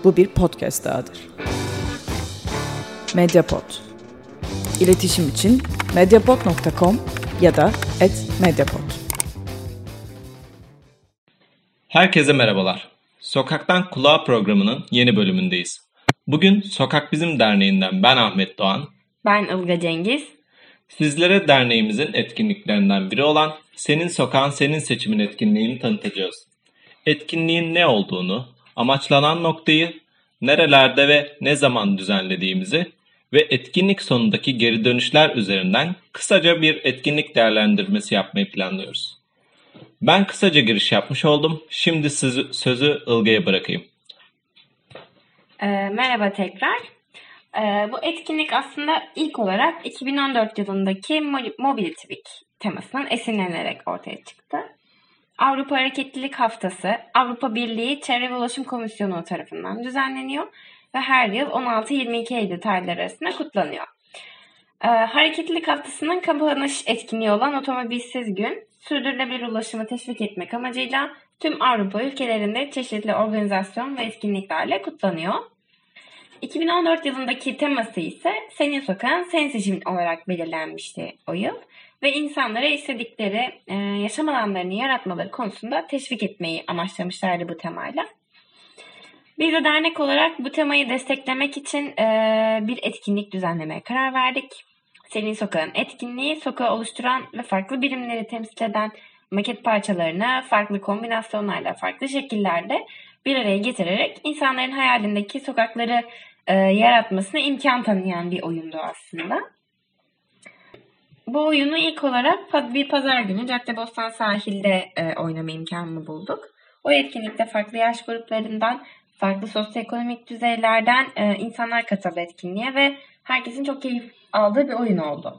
Bu bir podcast dahadır. Mediapod. İletişim için mediapod.com ya da @mediapod. Herkese merhabalar. Sokaktan Kulağa programının yeni bölümündeyiz. Bugün Sokak Bizim Derneği'nden ben Ahmet Doğan. Ben Ilga Cengiz. Sizlere derneğimizin etkinliklerinden biri olan Senin Sokağın Senin Seçimin etkinliğini tanıtacağız. Etkinliğin ne olduğunu, amaçlanan noktayı, nerelerde ve ne zaman düzenlediğimizi ve etkinlik sonundaki geri dönüşler üzerinden kısaca bir etkinlik değerlendirmesi yapmayı planlıyoruz. Ben kısaca giriş yapmış oldum. Şimdi sözü Ilga'ya bırakayım. Merhaba tekrar. Bu etkinlik aslında ilk olarak 2014 yılındaki Mobility Week temasından esinlenerek ortaya çıktı. Avrupa Hareketlilik Haftası, Avrupa Birliği Çevre ve Ulaşım Komisyonu tarafından düzenleniyor ve her yıl 16-22 Eylül tarihleri arasında kutlanıyor. Hareketlilik Haftası'nın kapanış etkinliği olan Otomobilsiz Gün, sürdürülebilir ulaşımı teşvik etmek amacıyla tüm Avrupa ülkelerinde çeşitli organizasyon ve etkinliklerle kutlanıyor. 2014 yılındaki teması ise Senin Sokağın Senin Seçimin olarak belirlenmişti o yıl ve insanlara istedikleri yaşam alanlarını yaratmaları konusunda teşvik etmeyi amaçlamışlardı bu temayla. Biz de dernek olarak bu temayı desteklemek için bir etkinlik düzenlemeye karar verdik. Senin Sokağın etkinliği, sokağı oluşturan ve farklı birimleri temsil eden maket parçalarını farklı kombinasyonlarla, farklı şekillerde bir araya getirerek insanların hayalindeki sokakları yaratmasına imkan tanıyan bir oyundu aslında. Bu oyunu ilk olarak bir pazar günü Caddebostan sahilde oynama imkanını bulduk. O etkinlikte farklı yaş gruplarından, farklı sosyoekonomik düzeylerden insanlar katıldı etkinliğe ve herkesin çok keyif aldığı bir oyun oldu.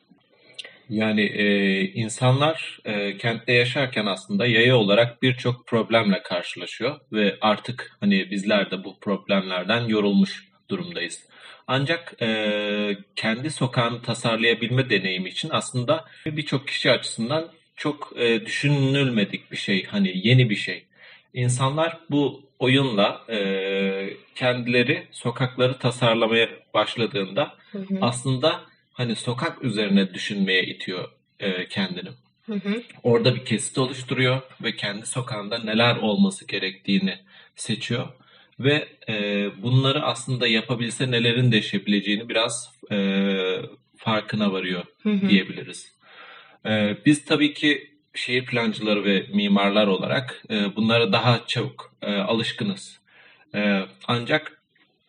Yani insanlar kentte yaşarken aslında yaya olarak birçok problemle karşılaşıyor ve artık hani bizler de bu problemlerden yorulmuş durumdayız. Ancak kendi sokağını tasarlayabilme deneyimi için aslında birçok kişi açısından çok düşünülmedik bir şey, hani yeni bir şey. İnsanlar bu oyunla kendileri sokakları tasarlamaya başladığında aslında hani sokak üzerine düşünmeye itiyor kendini. Orada bir kesit oluşturuyor ve kendi sokağında neler olması gerektiğini seçiyor. Ve bunları aslında yapabilse nelerin değişebileceğini biraz farkına varıyor diyebiliriz. Biz tabii ki şehir plancıları ve mimarlar olarak bunlara daha çabuk alışkınız. Ancak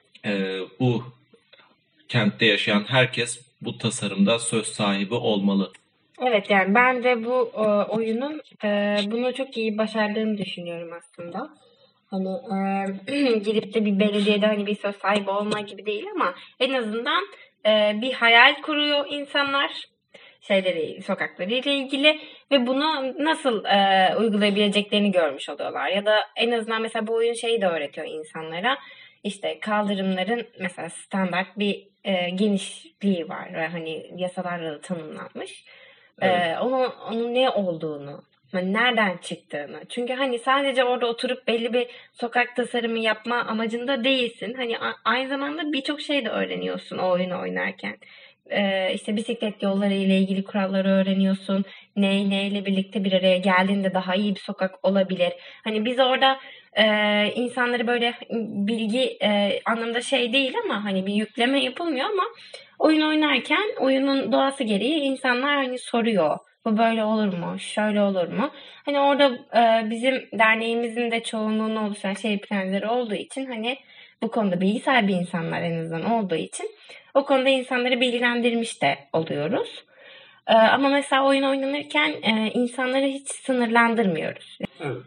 bu kentte yaşayan herkes bu tasarımda söz sahibi olmalı. Evet, yani ben de bu oyunun bunu çok iyi başardığını düşünüyorum aslında. Hani gidip de bir belediyede hani bir söz sahibi olma gibi değil ama en azından bir hayal kuruyor insanlar sokakları ile ilgili ve bunu nasıl uygulayabileceklerini görmüş oluyorlar. Ya da en azından mesela bu oyun şeyi de öğretiyor insanlara. İşte kaldırımların mesela standart bir genişliği var ve hani yasalarla da tanımlanmış. Evet. Onun ne olduğunu, hani nereden çıktığını. Çünkü hani sadece orada oturup belli bir sokak tasarımı yapma amacında değilsin. Hani aynı zamanda birçok şey de öğreniyorsun o oyunu oynarken. İşte bisiklet yolları ile ilgili kuralları öğreniyorsun. Neyle birlikte bir araya geldiğinde daha iyi bir sokak olabilir. Hani biz orada insanları böyle bilgi anlamda şey değil ama hani bir yükleme yapılmıyor ama oyun oynarken oyunun doğası gereği insanlar hani soruyor. Bu böyle olur mu? Şöyle olur mu? Hani orada bizim derneğimizin de çoğunluğunu oluşturan şehir plancıları olduğu için hani bu konuda bilgi sahibi insanlar en azından olduğu için o konuda insanları bilgilendirmiş de oluyoruz. Ama mesela oyun oynanırken insanları hiç sınırlandırmıyoruz. Evet.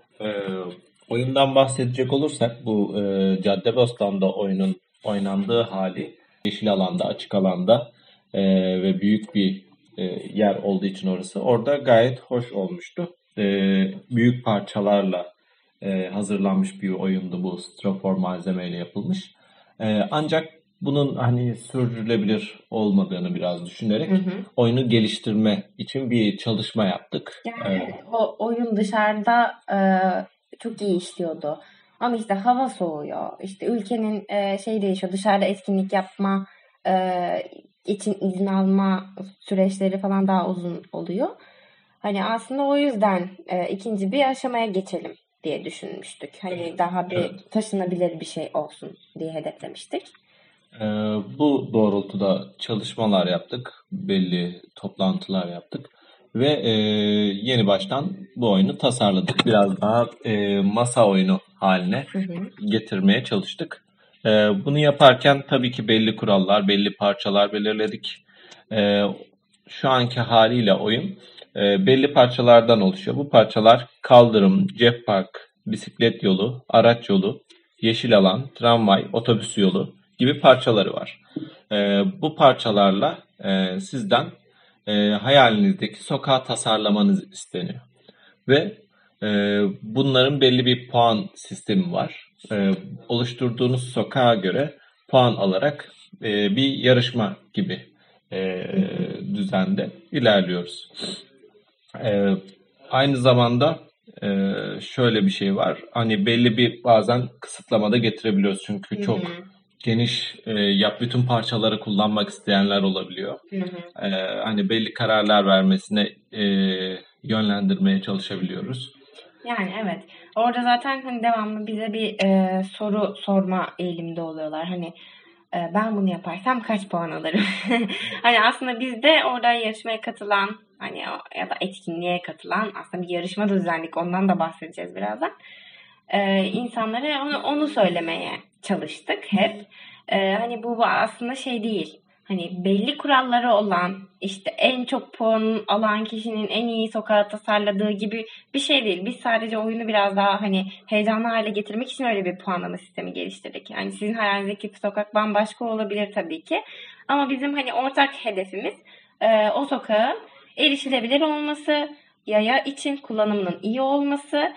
Oyundan bahsedecek olursak bu Caddebostan'da oyunun oynandığı hali yeşil alanda, açık alanda ve büyük bir yer olduğu için orada gayet hoş olmuştu. Büyük parçalarla hazırlanmış bir oyundu bu, strafor malzemeyle yapılmış. Ancak bunun hani sürdürülebilir olmadığını biraz düşünerek oyunu geliştirme için bir çalışma yaptık. Yani o oyun dışarıda çok iyi işliyordu. Ama işte hava soğuyor. İşte ülkenin şey değişiyor. Dışarıda etkinlik yapma için izin alma süreçleri falan daha uzun oluyor. Hani aslında o yüzden ikinci bir aşamaya geçelim diye düşünmüştük. Hani daha bir taşınabilir bir şey olsun diye hedeflemiştik. Bu doğrultuda çalışmalar yaptık, belli toplantılar yaptık ve yeni baştan bu oyunu tasarladık. Biraz daha masa oyunu haline getirmeye çalıştık. Bunu yaparken tabii ki belli kurallar, belli parçalar belirledik. Şu anki haliyle oyun belli parçalardan oluşuyor. Bu parçalar kaldırım, cep park, bisiklet yolu, araç yolu, yeşil alan, tramvay, otobüs yolu gibi parçaları var. Bu parçalarla sizden hayalinizdeki sokağı tasarlamanız isteniyor. Ve bunların belli bir puan sistemi var. Oluşturduğunuz sokağa göre puan alarak bir yarışma gibi düzende ilerliyoruz. Aynı zamanda şöyle bir şey var. Hani belli bir bazen kısıtlamada getirebiliyoruz. Çünkü çok geniş bütün parçaları kullanmak isteyenler olabiliyor. Hani belli kararlar vermesine yönlendirmeye çalışabiliyoruz. Yani evet. Orada zaten hani devamlı bize bir soru sorma eğiliminde oluyorlar. Hani ben bunu yaparsam kaç puan alırım? Hani aslında biz de orada yarışmaya katılan hani ya da etkinliğe katılan aslında bir yarışma da düzenledik. Ondan da bahsedeceğiz birazdan. İnsanlara onu söylemeye çalıştık hep. Hani bu aslında şey değil. Hani belli kuralları olan işte en çok puan alan kişinin en iyi sokağı tasarladığı gibi bir şey değil. Biz sadece oyunu biraz daha hani heyecanlı hale getirmek için öyle bir puanlama sistemi geliştirdik. Yani sizin hayalinizdeki sokak bambaşka olabilir tabii ki. Ama bizim hani ortak hedefimiz o sokağın erişilebilir olması, yaya için kullanımının iyi olması,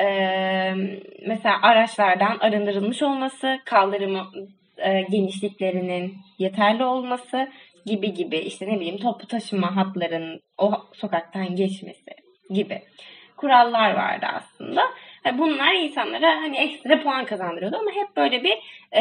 mesela araçlardan arındırılmış olması, kaldırımı genişliklerinin yeterli olması gibi işte ne bileyim toplu taşıma hatlarının o sokaktan geçmesi gibi kurallar vardı aslında. Bunlar insanlara hani ekstra puan kazandırıyordu ama hep böyle bir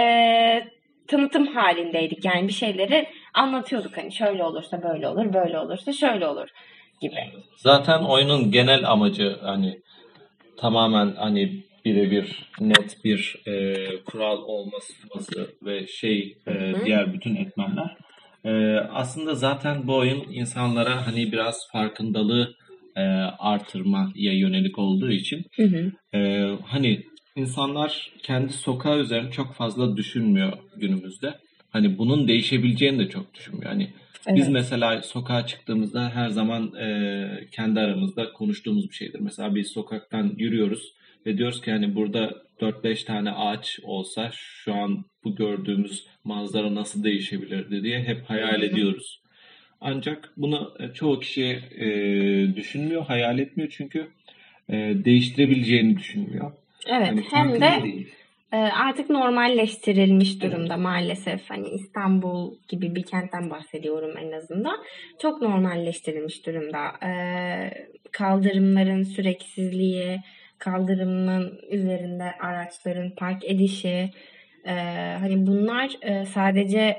tanıtım halindeydik. Yani bir şeyleri anlatıyorduk hani şöyle olursa böyle olur, böyle olursa şöyle olur gibi. Zaten oyunun genel amacı hani tamamen hani birebir net bir kural olması ve diğer bütün etmenler. Aslında zaten bu oyun insanlara hani biraz farkındalığı artırmaya yönelik olduğu için hani insanlar kendi sokağı üzerine çok fazla düşünmüyor günümüzde. Hani bunun değişebileceğini de çok düşünmüyor. Hani biz mesela sokağa çıktığımızda her zaman kendi aramızda konuştuğumuz bir şeydir. Mesela bir sokaktan yürüyoruz ve diyoruz ki hani burada 4-5 tane ağaç olsa şu an bu gördüğümüz manzara nasıl değişebilirdi diye hep hayal ediyoruz. Ancak bunu çoğu kişi düşünmüyor, hayal etmiyor çünkü değiştirebileceğini düşünmüyor. Evet, Hani hem de değil. artık normalleştirilmiş durumda maalesef. Hani İstanbul gibi bir kentten bahsediyorum en azından. Çok normalleştirilmiş durumda. Kaldırımların süreksizliği, kaldırımın üzerinde araçların park edişi, hani bunlar sadece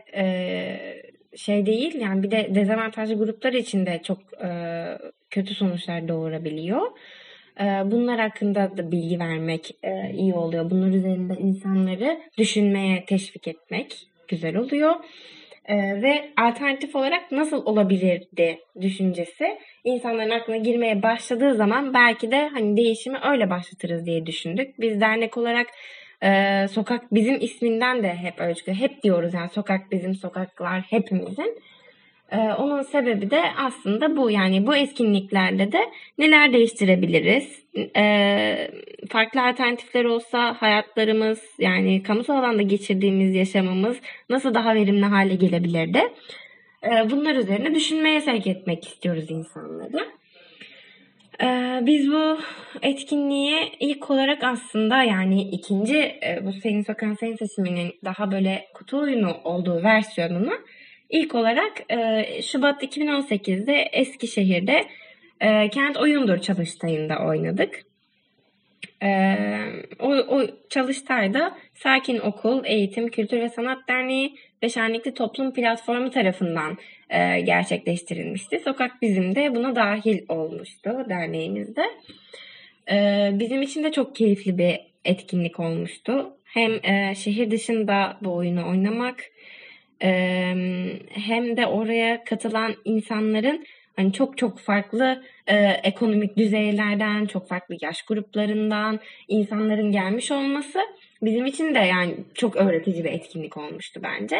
şey değil yani bir de dezavantajlı gruplar için de çok kötü sonuçlar doğurabiliyor. Bunlar hakkında da bilgi vermek iyi oluyor. Bunlar üzerinde insanları düşünmeye teşvik etmek güzel oluyor. Ve alternatif olarak nasıl olabilirdi düşüncesi insanların aklına girmeye başladığı zaman belki de hani değişimi öyle başlatırız diye düşündük. Biz dernek olarak sokak bizim isminden de hep öyle çıkıyor. Hep diyoruz yani sokak bizim, sokaklar hepimizin. Onun sebebi de aslında bu. Yani bu etkinliklerde de neler değiştirebiliriz? Farklı alternatifler olsa hayatlarımız yani kamusal alanda geçirdiğimiz yaşamımız nasıl daha verimli hale gelebilirdi? Bunlar üzerine düşünmeye sevk etmek istiyoruz insanları. Biz bu etkinliği ilk olarak aslında yani ikinci bu Senin Sokağın Senin Seçiminin daha böyle kutu oyunu olduğu versiyonunu ilk olarak Şubat 2018'de Eskişehir'de Kent Oyundur çalıştayında oynadık. O o çalıştayda Sakin Okul, Eğitim, Kültür ve Sanat Derneği ve Şenlikli Toplum Platformu tarafından gerçekleştirilmişti. Sokak Bizim de buna dahil olmuştu derneğimizde. Bizim için de çok keyifli bir etkinlik olmuştu. Hem şehir dışında bu oyunu oynamak hem de oraya katılan insanların hani çok çok farklı ekonomik düzeylerden, çok farklı yaş gruplarından insanların gelmiş olması bizim için de yani çok öğretici bir etkinlik olmuştu bence.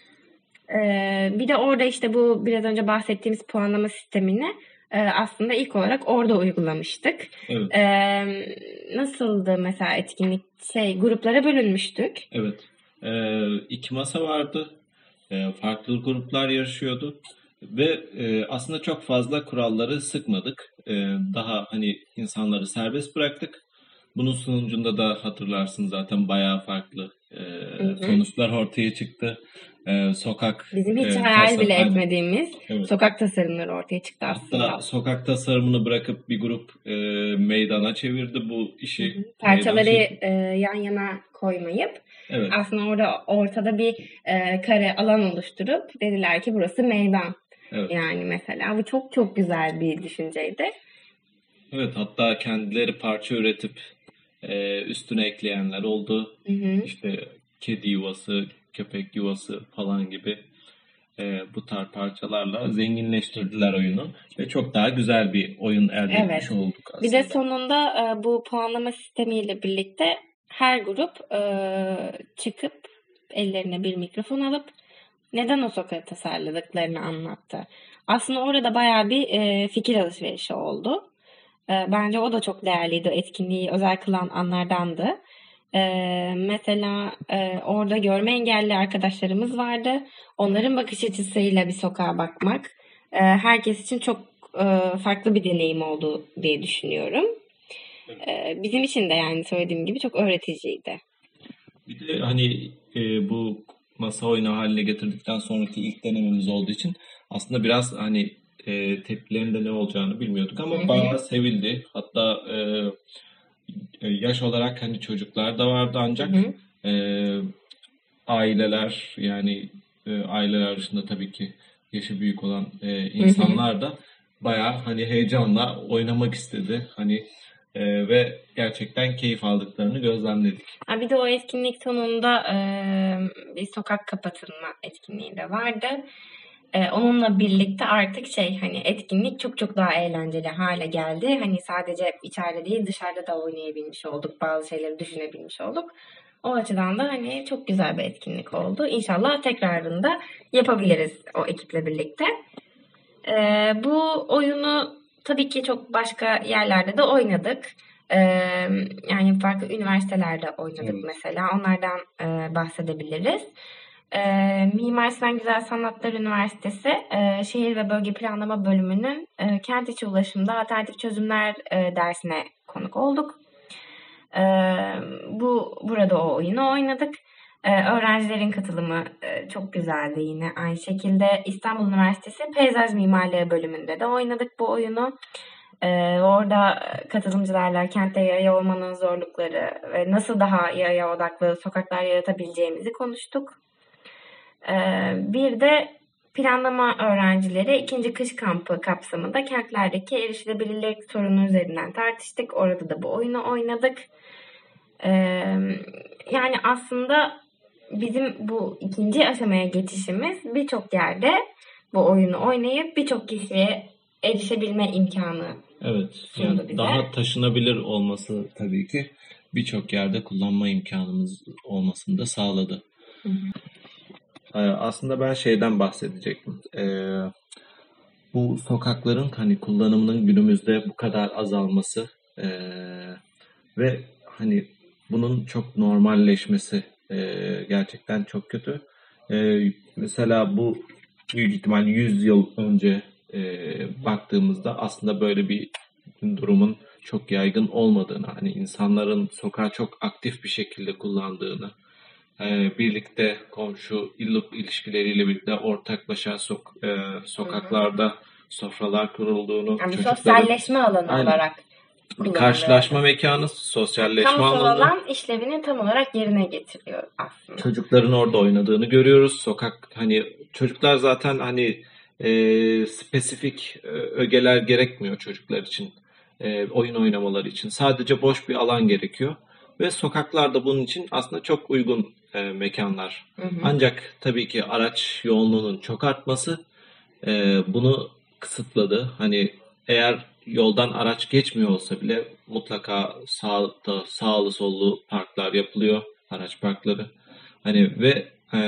Bir de orada işte bu biraz önce bahsettiğimiz puanlama sistemini aslında ilk olarak orada uygulamıştık. Evet. Nasıldı mesela etkinlik? Gruplara bölünmüştük. Evet. 2 masa vardı. Farklı gruplar yarışıyordu. Ve aslında çok fazla kuralları sıkmadık. Daha hani insanları serbest bıraktık. Bunun sonucunda da hatırlarsın zaten bayağı farklı sonuçlar ortaya çıktı. Sokak Bizim hiç hayal bile etmediğimiz sokak tasarımları ortaya çıktı aslında. Hatta sokak tasarımını bırakıp bir grup meydana çevirdi bu işi. Parçaları yan yana koymayıp aslında ortada bir kare alan oluşturup dediler ki burası meydan. Evet. Yani mesela bu çok çok güzel bir düşünceydi. Evet, hatta kendileri parça üretip üstüne ekleyenler oldu. İşte kedi yuvası, köpek yuvası falan gibi bu tarz parçalarla zenginleştirdiler oyunu ve çok daha güzel bir oyun elde etmiş olduk aslında. Bir de sonunda bu puanlama sistemiyle birlikte her grup çıkıp ellerine bir mikrofon alıp neden o sokağı tasarladıklarını anlattı. Aslında orada bayağı bir fikir alışverişi oldu. Bence o da çok değerliydi. Etkinliği özel kılan anlardandı. Mesela orada görme engelli arkadaşlarımız vardı. Onların bakış açısıyla bir sokağa bakmak herkes için çok farklı bir deneyim oldu diye düşünüyorum. Bizim için de yani söylediğim gibi çok öğreticiydi. Bir de hani bu masa oyunu haline getirdikten sonraki ilk denememiz olduğu için aslında biraz hani tepkilerinde ne olacağını bilmiyorduk ama bayağı sevildi. Hatta yaş olarak hani çocuklar da vardı ancak aileler yani aileler dışında tabii ki yaşı büyük olan insanlar da bayağı hani heyecanla oynamak istedi. Hani ve gerçekten keyif aldıklarını gözlemledik. Bir de o etkinlik sonunda bir sokak kapatılma etkinliği de vardı. Onunla birlikte artık hani etkinlik çok çok daha eğlenceli hale geldi. Hani sadece içeride değil dışarıda da oynayabilmiş olduk. Bazı şeyleri düşünebilmiş olduk. O açıdan da hani çok güzel bir etkinlik oldu. İnşallah tekrarında yapabiliriz o ekiple birlikte. Bu oyunu tabii ki çok başka yerlerde de oynadık. Yani farklı üniversitelerde oynadık mesela. Onlardan bahsedebiliriz. Mimar Sinan Güzel Sanatlar Üniversitesi Şehir ve Bölge Planlama Bölümünün kent içi ulaşımda alternatif çözümler dersine konuk olduk. Burada o oyunu oynadık. Öğrencilerin katılımı çok güzeldi yine aynı şekilde. İstanbul Üniversitesi Peyzaj Mimarlığı bölümünde de oynadık bu oyunu. Orada katılımcılarla kentte yaya olmanın zorlukları ve nasıl daha yaya odaklı sokaklar yaratabileceğimizi konuştuk. Bir de planlama öğrencileri 2. kış kampı kapsamında kentlerdeki erişilebilirlik sorunu üzerinden tartıştık. Orada da bu oyunu oynadık. Yani aslında bizim bu 2. aşamaya geçişimiz birçok yerde bu oyunu oynayıp birçok kişiye erişebilme imkanı sundu bize. Daha taşınabilir olması tabii ki birçok yerde kullanma imkanımız olmasını da sağladı. Aslında ben şeyden bahsedecektim. Bu sokakların hani kullanımının günümüzde bu kadar azalması ve hani bunun çok normalleşmesi gerçekten çok kötü. Mesela bu büyük ihtimal 100 yıl önce baktığımızda aslında böyle bir durumun çok yaygın olmadığını, hani insanların sokağı çok aktif bir şekilde kullandığını, birlikte komşu ilişkileriyle birlikte ortaklaşa sokaklarda sofralar kurulduğunu, yani sosyalleşme alanı olarak bir karşılaşma mekanı, sosyalleşme kamusal alanı. alan işlevini tam olarak yerine getiriyor aslında. Çocukların orada oynadığını görüyoruz. Sokak, hani çocuklar zaten hani spesifik ögeler gerekmiyor çocuklar için. Oyun oynamaları için. Sadece boş bir alan gerekiyor. Ve sokaklar da bunun için aslında çok uygun mekanlar. Ancak tabii ki araç yoğunluğunun çok artması bunu kısıtladı. Hani eğer yoldan araç geçmiyor olsa bile mutlaka sağlı sollu parklar yapılıyor. Araç parkları. Hani ve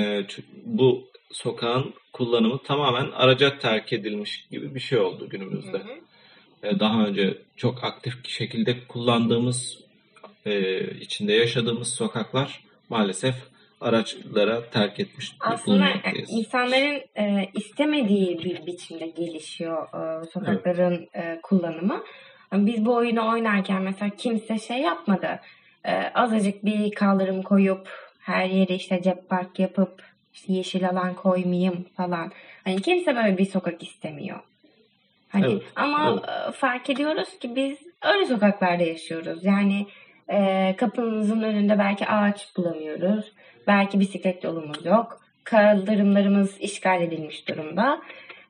bu sokağın kullanımı tamamen araca terk edilmiş gibi bir şey oldu günümüzde. Daha önce çok aktif şekilde kullandığımız, içinde yaşadığımız sokaklar maalesef araçlara terk etmiş bulunmaktayız. Aslında insanların istemediği bir biçimde gelişiyor sokakların kullanımı. Biz bu oyunu oynarken mesela kimse şey yapmadı. Azıcık bir kaldırım koyup her yere işte cep park yapıp işte yeşil alan koymayayım falan. Hani kimse böyle bir sokak istemiyor. Hani Evet, ama fark ediyoruz ki biz öyle sokaklarda yaşıyoruz. Yani kapımızın önünde belki ağaç bulamıyoruz. Belki bisiklet yolumuz yok. Kaldırımlarımız işgal edilmiş durumda.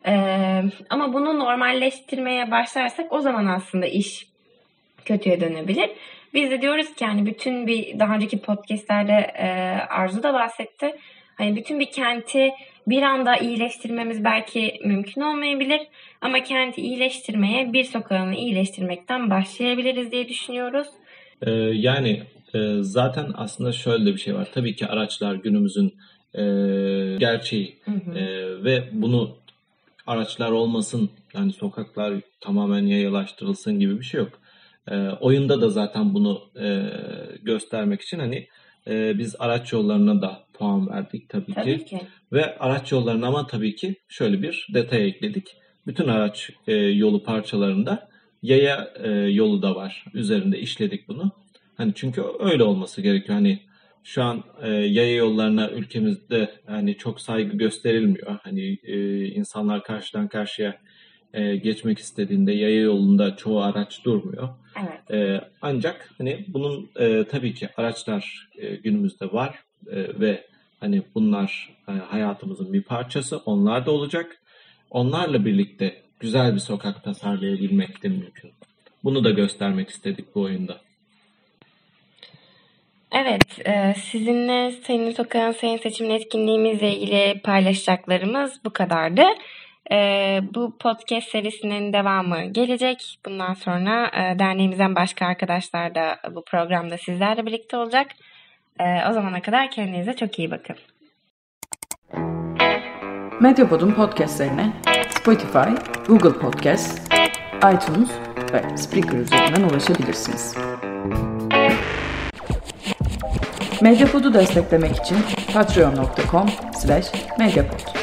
Ama bunu normalleştirmeye başlarsak o zaman aslında iş kötüye dönebilir. Biz de diyoruz ki yani bütün daha önceki podcastlerde Arzu da bahsetti. Hani bütün bir kenti bir anda iyileştirmemiz belki mümkün olmayabilir. Ama kenti iyileştirmeye bir sokağını iyileştirmekten başlayabiliriz diye düşünüyoruz. Yani zaten aslında şöyle de bir şey var. Tabii ki araçlar günümüzün gerçeği. Ve bunu araçlar olmasın, yani sokaklar tamamen yayalaştırılsın gibi bir şey yok. Oyunda da zaten bunu göstermek için hani biz araç yollarına da puan verdik tabii ki. Ve araç yollarına ama tabii ki şöyle bir detay ekledik. Bütün araç yolu parçalarında yaya yolu da var. Üzerinde işledik bunu. Hani çünkü öyle olması gerekiyor. Hani şu an yaya yollarına ülkemizde hani çok saygı gösterilmiyor. Hani insanlar karşıdan karşıya geçmek istediğinde yaya yolunda çoğu araç durmuyor. Evet. Ancak hani bunun tabii ki araçlar günümüzde var ve hani bunlar hayatımızın bir parçası. Onlar da olacak. Onlarla birlikte güzel bir sokak tasarlayabilmek de mümkün. Bunu da göstermek istedik bu oyunda. Evet, sizinle Senin Sokağın Senin Seçimin etkinliğimizle ilgili paylaşacaklarımız bu kadardı. Bu podcast serisinin devamı gelecek. Bundan sonra derneğimizden başka arkadaşlar da bu programda sizlerle birlikte olacak. O zamana kadar kendinize çok iyi bakın. Medyapod'un podcastlerine Spotify, Google Podcast, iTunes ve Spreaker üzerinden ulaşabilirsiniz. Medyapod'u desteklemek için patreon.com/medyapod